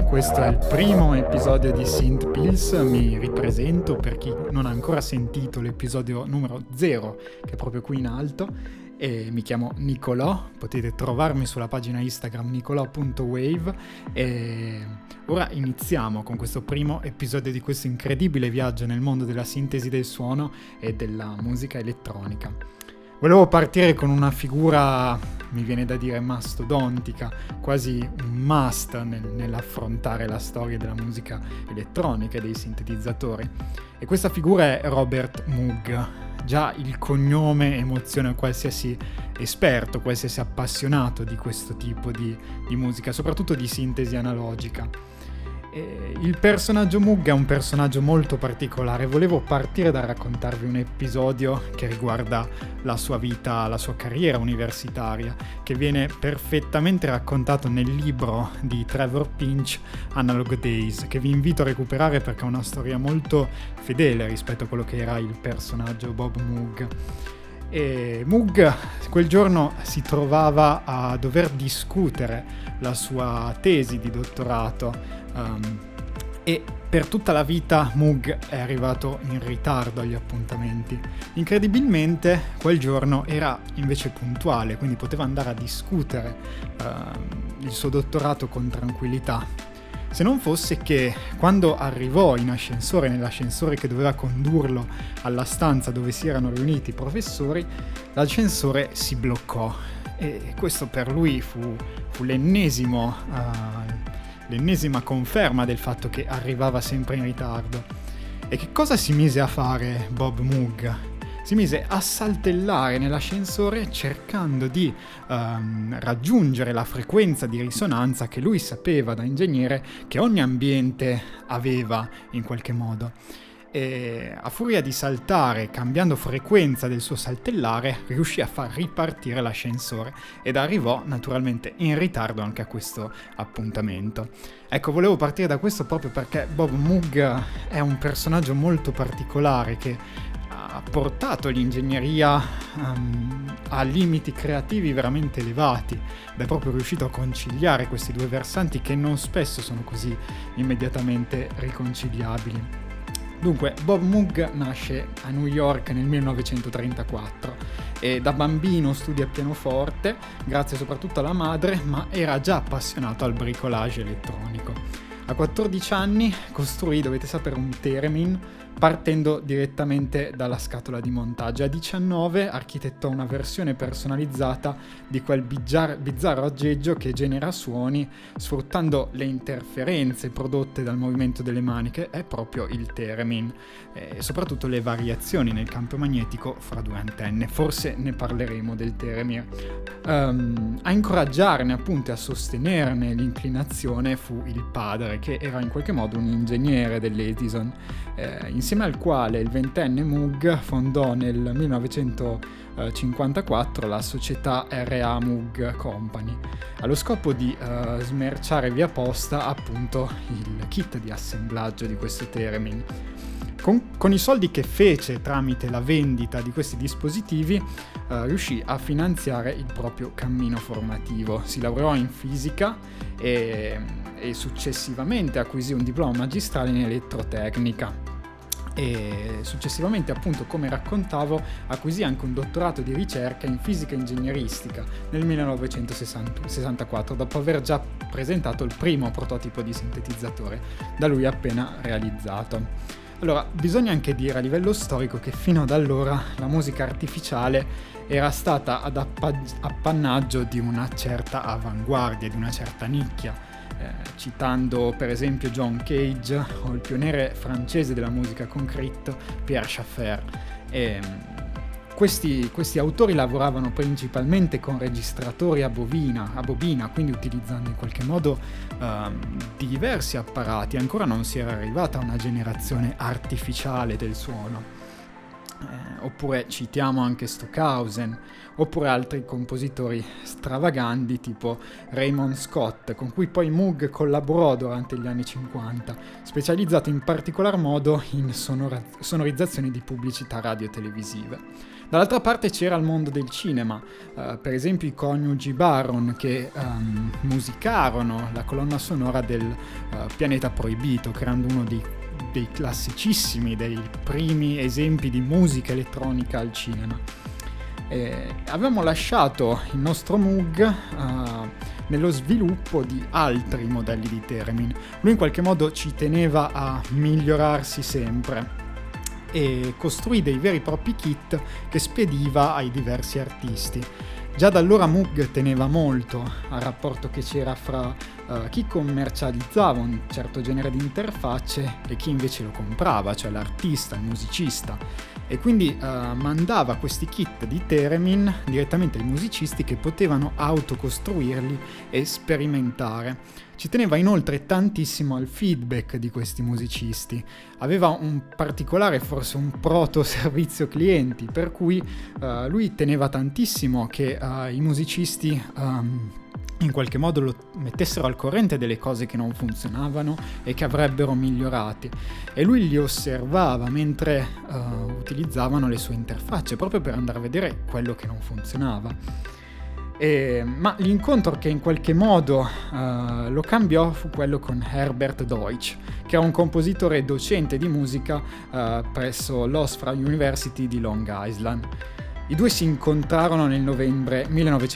questo è il primo episodio di Synth Pills. Mi ripresento per chi non ha ancora sentito l'episodio numero 0, che è proprio qui in alto, e mi chiamo Nicolò. Potete trovarmi sulla pagina Instagram nicolò.wave e ora iniziamo con questo primo episodio di questo incredibile viaggio nel mondo della sintesi del suono e della musica elettronica. Volevo partire con una figura, mi viene da dire mastodontica, quasi un must nell'affrontare la storia della musica elettronica e dei sintetizzatori. E questa figura è Robert Moog. Già il cognome emoziona qualsiasi esperto, qualsiasi appassionato di questo tipo di musica, soprattutto di sintesi analogica. Il personaggio Moog è un personaggio molto particolare. Volevo partire da raccontarvi un episodio che riguarda la sua vita, la sua carriera universitaria, che viene perfettamente raccontato nel libro di Trevor Pinch, Analog Days, che vi invito a recuperare perché è una storia molto fedele rispetto a quello che era il personaggio Bob Moog. E Moog quel giorno si trovava a dover discutere la sua tesi di dottorato e per tutta la vita Moog è arrivato in ritardo agli appuntamenti. Incredibilmente quel giorno era invece puntuale, quindi poteva andare a discutere il suo dottorato con tranquillità. Se non fosse che quando arrivò in ascensore, nell'ascensore che doveva condurlo alla stanza dove si erano riuniti i professori, l'ascensore si bloccò e questo per lui fu l'ennesima conferma del fatto che arrivava sempre in ritardo. E che cosa si mise a fare Bob Moog? Si mise a saltellare nell'ascensore cercando di raggiungere la frequenza di risonanza che lui sapeva da ingegnere che ogni ambiente aveva in qualche modo. E a furia di saltare, cambiando frequenza del suo saltellare, riuscì a far ripartire l'ascensore ed arrivò naturalmente in ritardo anche a questo appuntamento. Ecco, volevo partire da questo proprio perché Bob Moog è un personaggio molto particolare che ha portato l'ingegneria a limiti creativi veramente elevati ed è proprio riuscito a conciliare questi due versanti che non spesso sono così immediatamente riconciliabili. Dunque, Bob Moog nasce a New York nel 1934 e da bambino studia pianoforte, grazie soprattutto alla madre, ma era già appassionato al bricolage elettronico. A 14 anni costruì, dovete sapere, un Theremin partendo direttamente dalla scatola di montaggio. A 19 architettò una versione personalizzata di quel bizzarro aggeggio che genera suoni sfruttando le interferenze prodotte dal movimento delle mani, che è proprio il Theremin, e soprattutto le variazioni nel campo magnetico fra due antenne. Forse ne parleremo del Theremin. A incoraggiarne appunto e a sostenerne l'inclinazione fu il padre, che era in qualche modo un ingegnere dell'Edison, insieme al quale il ventenne Moog fondò nel 1954 la società R.A. Moog Company, allo scopo di smerciare via posta appunto il kit di assemblaggio di questo Theremin. Con i soldi che fece tramite la vendita di questi dispositivi riuscì a finanziare il proprio cammino formativo. Si laureò in fisica e successivamente acquisì un diploma magistrale in elettrotecnica. E successivamente, appunto, come raccontavo, acquisì anche un dottorato di ricerca in fisica ingegneristica nel 1964, dopo aver già presentato il primo prototipo di sintetizzatore da lui appena realizzato. Allora, bisogna anche dire a livello storico che fino ad allora la musica artificiale era stata ad appannaggio di una certa avanguardia, di una certa nicchia. Citando per esempio John Cage o il pioniere francese della musica concrete Pierre Schaeffer. Questi autori lavoravano principalmente con registratori a bobina, quindi utilizzando in qualche modo diversi apparati. Ancora non si era arrivata a una generazione artificiale del suono. Oppure citiamo anche Stockhausen, oppure altri compositori stravaganti tipo Raymond Scott, con cui poi Moog collaborò durante gli anni 50, specializzato in particolar modo in sonorizzazioni di pubblicità radio-televisive. Dall'altra parte c'era il mondo del cinema, per esempio i coniugi Baron che musicarono la colonna sonora del Pianeta Proibito, creando uno dei classicissimi, dei primi esempi di musica elettronica al cinema. Avevamo lasciato il nostro Moog nello sviluppo di altri modelli di theremin. Lui in qualche modo ci teneva a migliorarsi sempre e costruì dei veri e propri kit che spediva ai diversi artisti. Già da allora Moog teneva molto al rapporto che c'era fra chi commercializzava un certo genere di interfacce e chi invece lo comprava, cioè l'artista, il musicista, e quindi mandava questi kit di theremin direttamente ai musicisti che potevano autocostruirli e sperimentare. Ci teneva inoltre tantissimo al feedback di questi musicisti. Aveva un particolare, forse un proto servizio clienti, per cui lui teneva tantissimo che i musicisti in qualche modo lo mettessero al corrente delle cose che non funzionavano e che avrebbero migliorati, e lui li osservava mentre utilizzavano le sue interfacce proprio per andare a vedere quello che non funzionava. Ma l'incontro che in qualche modo lo cambiò fu quello con Herbert Deutsch, che era un compositore e docente di musica presso l'Hofstra University di Long Island. I due si incontrarono nel novembre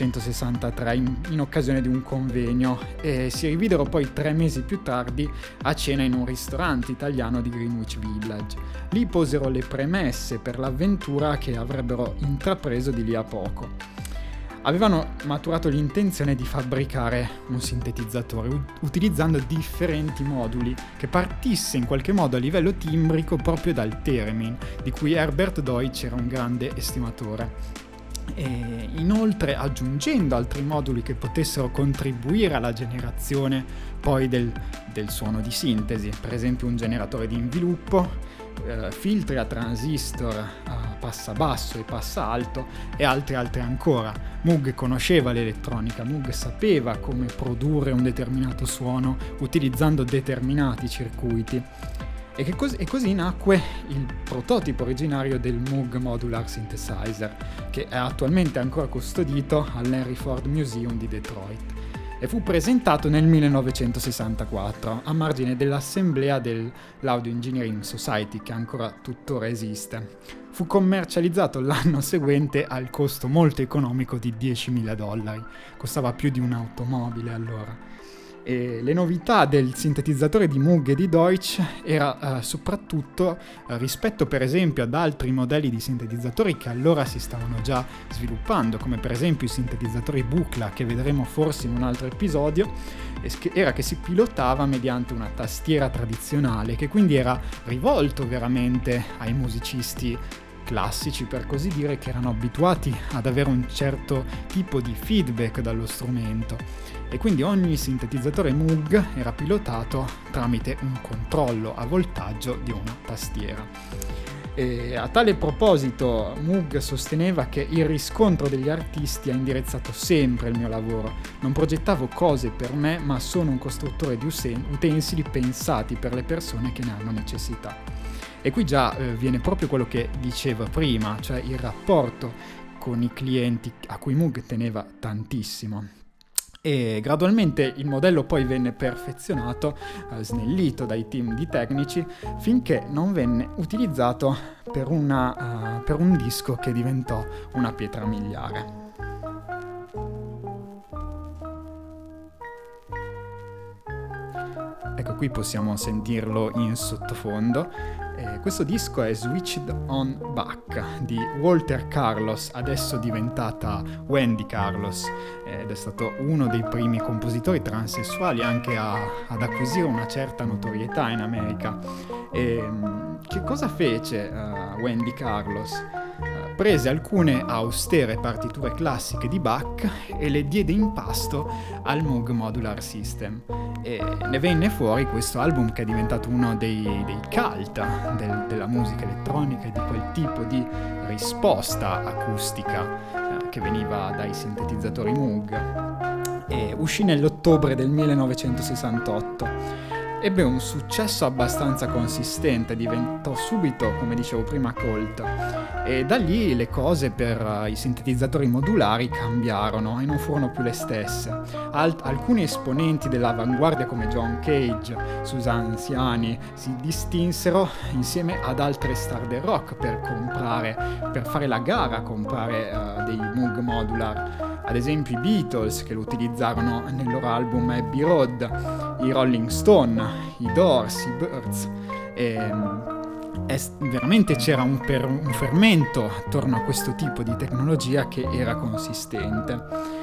1963 in occasione di un convegno e si rividero poi 3 mesi più tardi a cena in un ristorante italiano di Greenwich Village. Lì posero le premesse per l'avventura che avrebbero intrapreso di lì a poco. Avevano maturato l'intenzione di fabbricare un sintetizzatore utilizzando differenti moduli che partisse in qualche modo a livello timbrico proprio dal theremin, di cui Herbert Deutsch era un grande estimatore. E inoltre aggiungendo altri moduli che potessero contribuire alla generazione poi del suono di sintesi, per esempio un generatore di inviluppo, filtri a transistor a passa basso e passa alto e altri ancora. Moog conosceva l'elettronica, Moog sapeva come produrre un determinato suono utilizzando determinati circuiti. E così nacque il prototipo originario del Moog Modular Synthesizer, che è attualmente ancora custodito all'Henry Ford Museum di Detroit, e fu presentato nel 1964 a margine dell'assemblea dell'Audio Engineering Society, che ancora tuttora esiste. Fu commercializzato l'anno seguente al costo molto economico di $10.000, costava più di un'automobile allora. E le novità del sintetizzatore di Moog e di Deutsch era soprattutto rispetto per esempio ad altri modelli di sintetizzatori che allora si stavano già sviluppando, come per esempio i sintetizzatori Buchla, che vedremo forse in un altro episodio, era che si pilotava mediante una tastiera tradizionale, che quindi era rivolto veramente ai musicisti classici, per così dire, che erano abituati ad avere un certo tipo di feedback dallo strumento, e quindi ogni sintetizzatore Moog era pilotato tramite un controllo a voltaggio di una tastiera. E a tale proposito Moog sosteneva che il riscontro degli artisti ha indirizzato sempre il mio lavoro. Non progettavo cose per me, ma sono un costruttore di utensili pensati per le persone che ne hanno necessità. E qui già viene proprio quello che dicevo prima, cioè il rapporto con i clienti a cui Moog teneva tantissimo. E gradualmente il modello poi venne perfezionato, snellito dai team di tecnici, finché non venne utilizzato per un disco che diventò una pietra miliare. Ecco, qui possiamo sentirlo in sottofondo. Questo disco è Switched on Bach di Walter Carlos, adesso diventata Wendy Carlos, ed è stato uno dei primi compositori transessuali anche ad acquisire una certa notorietà in America. Che cosa fece Wendy Carlos? prese alcune austere partiture classiche di Bach e le diede in pasto al Moog Modular System, e ne venne fuori questo album che è diventato uno dei cult della musica elettronica e di quel tipo di risposta acustica che veniva dai sintetizzatori Moog, e uscì nell'ottobre del 1968. Ebbe un successo abbastanza consistente, diventò subito, come dicevo prima, cult, e da lì le cose per i sintetizzatori modulari cambiarono e non furono più le stesse. Alcuni esponenti dell'avanguardia come John Cage, Suzanne Ciani si distinsero insieme ad altre star del rock per fare la gara a comprare dei Moog Modular. Ad esempio i Beatles, che lo utilizzarono nel loro album Abbey Road, i Rolling Stone, i Doors, i Byrds. Veramente c'era un fermento attorno a questo tipo di tecnologia che era consistente.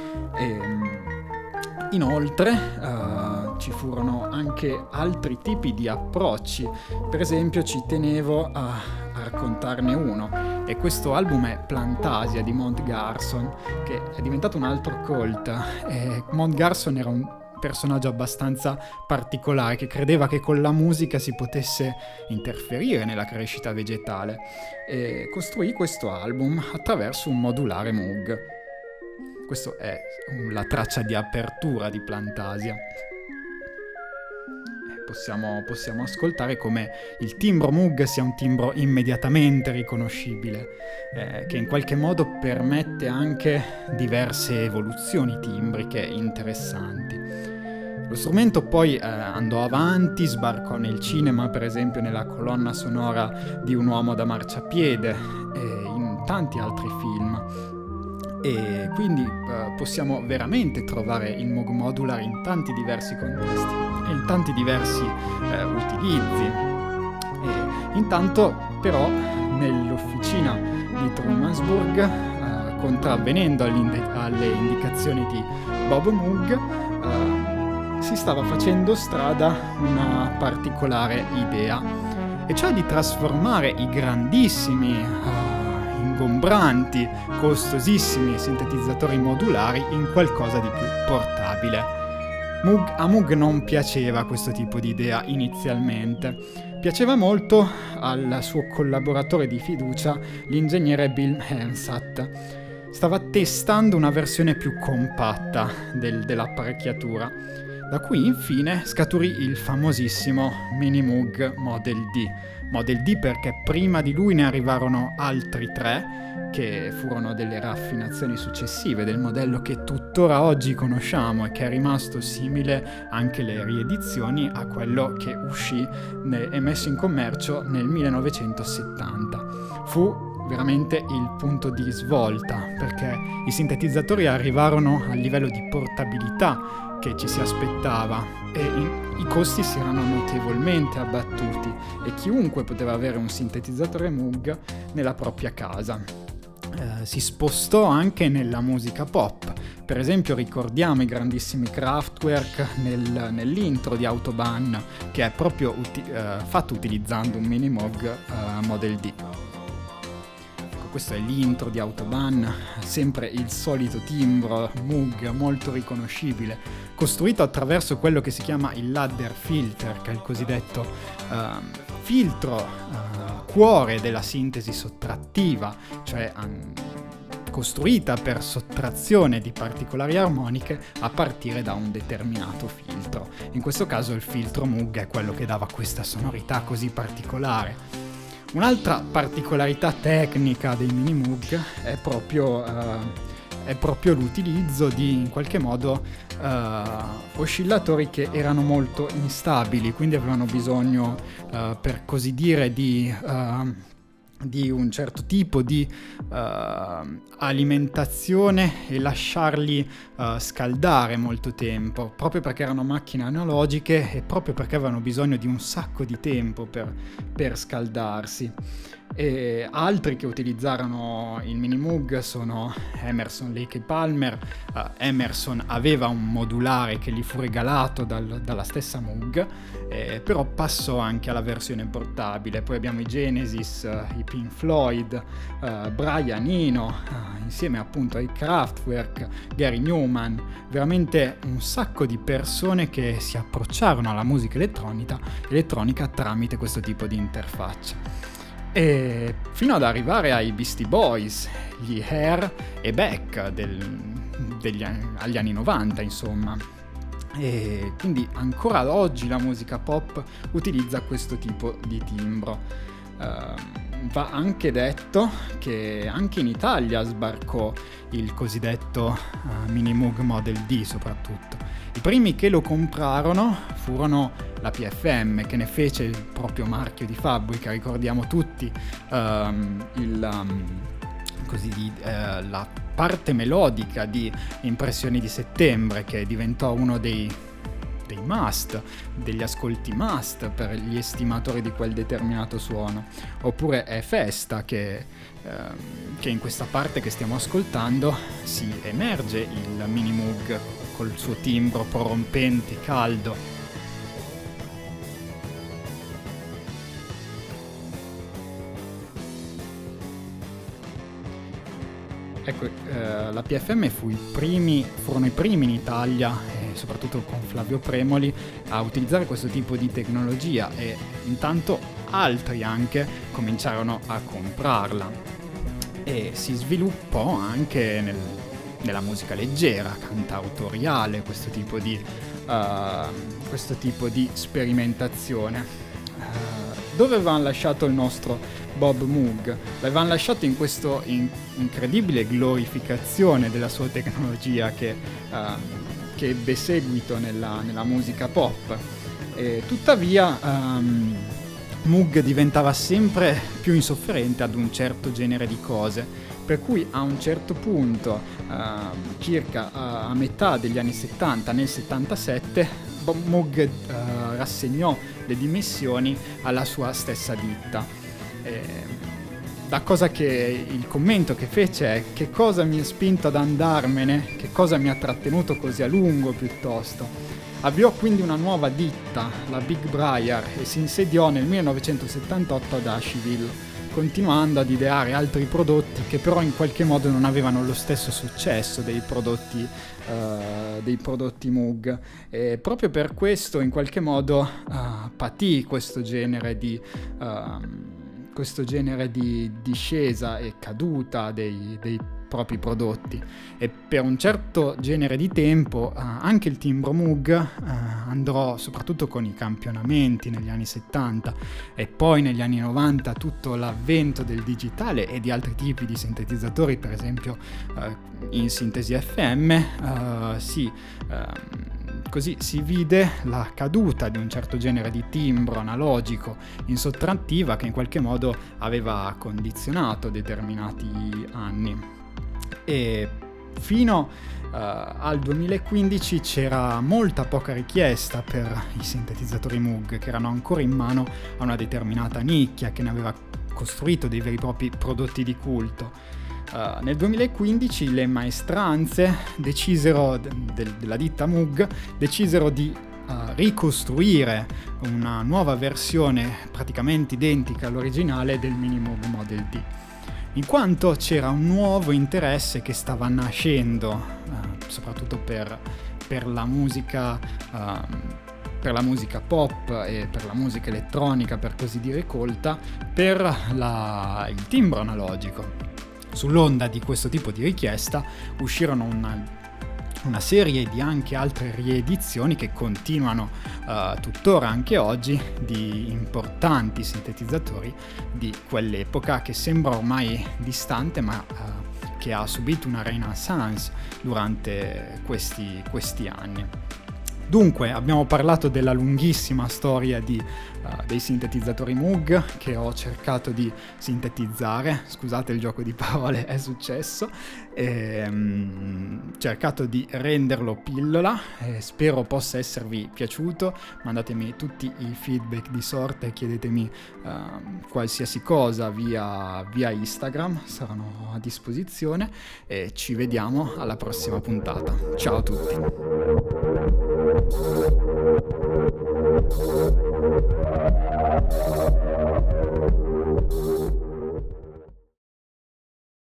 Inoltre ci furono anche altri tipi di approcci. Per esempio ci tenevo a raccontarne uno, e questo album è Plantasia di Mont Garson, che è diventato un altro cult. Mont Garson era un personaggio abbastanza particolare che credeva che con la musica si potesse interferire nella crescita vegetale, e costruì questo album attraverso un modulare Moog. Questa è la traccia di apertura di Plantasia. Possiamo ascoltare come il timbro Moog sia un timbro immediatamente riconoscibile, che in qualche modo permette anche diverse evoluzioni timbriche interessanti. Lo strumento poi andò avanti, sbarcò nel cinema, per esempio nella colonna sonora di Un uomo da marciapiede e in tanti altri film. E quindi possiamo veramente trovare il Moog Modular in tanti diversi contesti e in tanti diversi utilizzi. E intanto però nell'officina di Trumansburg, contravvenendo alle indicazioni di Bob Moog, si stava facendo strada una particolare idea, e cioè di trasformare i grandissimi, ingombranti, costosissimi sintetizzatori modulari in qualcosa di più portabile. A Moog non piaceva questo tipo di idea inizialmente. Piaceva molto al suo collaboratore di fiducia, l'ingegnere Bill Hensat. Stava testando una versione più compatta dell'apparecchiatura, da cui infine scaturì il famosissimo Mini Moog Model D. Model D perché prima di lui ne arrivarono altri 3, che furono delle raffinazioni successive del modello che tuttora oggi conosciamo e che è rimasto simile, anche le riedizioni, a quello che uscì e messo in commercio nel 1970. Fu veramente il punto di svolta, perché i sintetizzatori arrivarono al livello di portabilità che ci si aspettava e i costi si erano notevolmente abbattuti e chiunque poteva avere un sintetizzatore Moog nella propria casa. Si spostò anche nella musica pop. Per esempio ricordiamo i grandissimi Kraftwerk nell'intro di Autobahn, che è proprio fatto utilizzando un Mini Moog Model D. Questo è l'intro di Autobahn, sempre il solito timbro Moog molto riconoscibile, costruito attraverso quello che si chiama il ladder filter, che è il cosiddetto filtro cuore della sintesi sottrattiva, cioè costruita per sottrazione di particolari armoniche a partire da un determinato filtro. In questo caso il filtro Moog è quello che dava questa sonorità così particolare. Un'altra particolarità tecnica dei Mini Moog è proprio l'utilizzo di, in qualche modo, oscillatori che erano molto instabili, quindi avevano bisogno, per così dire, di un certo tipo di alimentazione e lasciarli scaldare molto tempo, proprio perché erano macchine analogiche e proprio perché avevano bisogno di un sacco di tempo per scaldarsi. E altri che utilizzarono il Minimoog sono Emerson, Lake e Palmer. Emerson aveva un modulare che gli fu regalato dalla stessa Moog, però passò anche alla versione portabile. Poi abbiamo i Genesis, i Pink Floyd, Brian Eno, insieme appunto ai Kraftwerk, Gary Newman, veramente un sacco di persone che si approcciarono alla musica elettronica tramite questo tipo di interfaccia. E fino ad arrivare ai Beastie Boys, gli Hair e Beck agli anni 90, insomma. E quindi ancora oggi la musica pop utilizza questo tipo di timbro. Va anche detto che anche in Italia sbarcò il cosiddetto Minimoog Model D soprattutto. I primi che lo comprarono furono la PFM, che ne fece il proprio marchio di fabbrica. Ricordiamo tutti la parte melodica di Impressioni di settembre, che diventò uno dei must, degli ascolti must per gli estimatori di quel determinato suono. Oppure è Festa, che in questa parte che stiamo ascoltando si emerge il Minimoog col suo timbro prorompente, caldo. Ecco, la PFM furono i primi in Italia, soprattutto con Flavio Premoli, a utilizzare questo tipo di tecnologia, e intanto altri anche cominciarono a comprarla, e si sviluppò anche nella musica leggera, cantautoriale, questo tipo di sperimentazione. Dove avevano lasciato il nostro Bob Moog? L'avevano lasciato in questa incredibile glorificazione della sua tecnologia che ebbe seguito nella musica pop. Tuttavia Moog diventava sempre più insofferente ad un certo genere di cose, per cui a un certo punto, circa a metà degli anni 70, nel 77, Moog rassegnò le dimissioni alla sua stessa ditta. Il commento che fece è: che cosa mi ha spinto ad andarmene? Che cosa mi ha trattenuto così a lungo piuttosto? Avviò quindi una nuova ditta, la Big Briar, e si insediò nel 1978 ad Asheville, continuando ad ideare altri prodotti che però in qualche modo non avevano lo stesso successo dei prodotti Moog, e proprio per questo in qualche modo patì questo genere di discesa e caduta dei propri prodotti, e per un certo genere di tempo anche il timbro Moog andrò, soprattutto con i campionamenti negli anni 70 e poi negli anni 90 tutto l'avvento del digitale e di altri tipi di sintetizzatori, per esempio in sintesi FM, così si vide la caduta di un certo genere di timbro analogico in sottrattiva che in qualche modo aveva condizionato determinati anni. E fino al 2015 c'era molta poca richiesta per i sintetizzatori Moog, che erano ancora in mano a una determinata nicchia che ne aveva costruito dei veri e propri prodotti di culto. Nel 2015 le maestranze della ditta Moog decisero di ricostruire una nuova versione praticamente identica all'originale del Minimoog Model D, in quanto c'era un nuovo interesse che stava nascendo, soprattutto per la musica pop e per la musica elettronica, per così dire colta, per il timbro analogico. Sull'onda di questo tipo di richiesta uscirono una serie di anche altre riedizioni che continuano tuttora anche oggi, di importanti sintetizzatori di quell'epoca che sembra ormai distante, ma che ha subito una renaissance durante questi anni. Dunque, abbiamo parlato della lunghissima storia dei sintetizzatori Moog che ho cercato di sintetizzare, scusate il gioco di parole, è successo, cercato di renderlo pillola, spero possa esservi piaciuto, mandatemi tutti i feedback di sorte, chiedetemi qualsiasi cosa via Instagram, saranno a disposizione e ci vediamo alla prossima puntata. Ciao a tutti.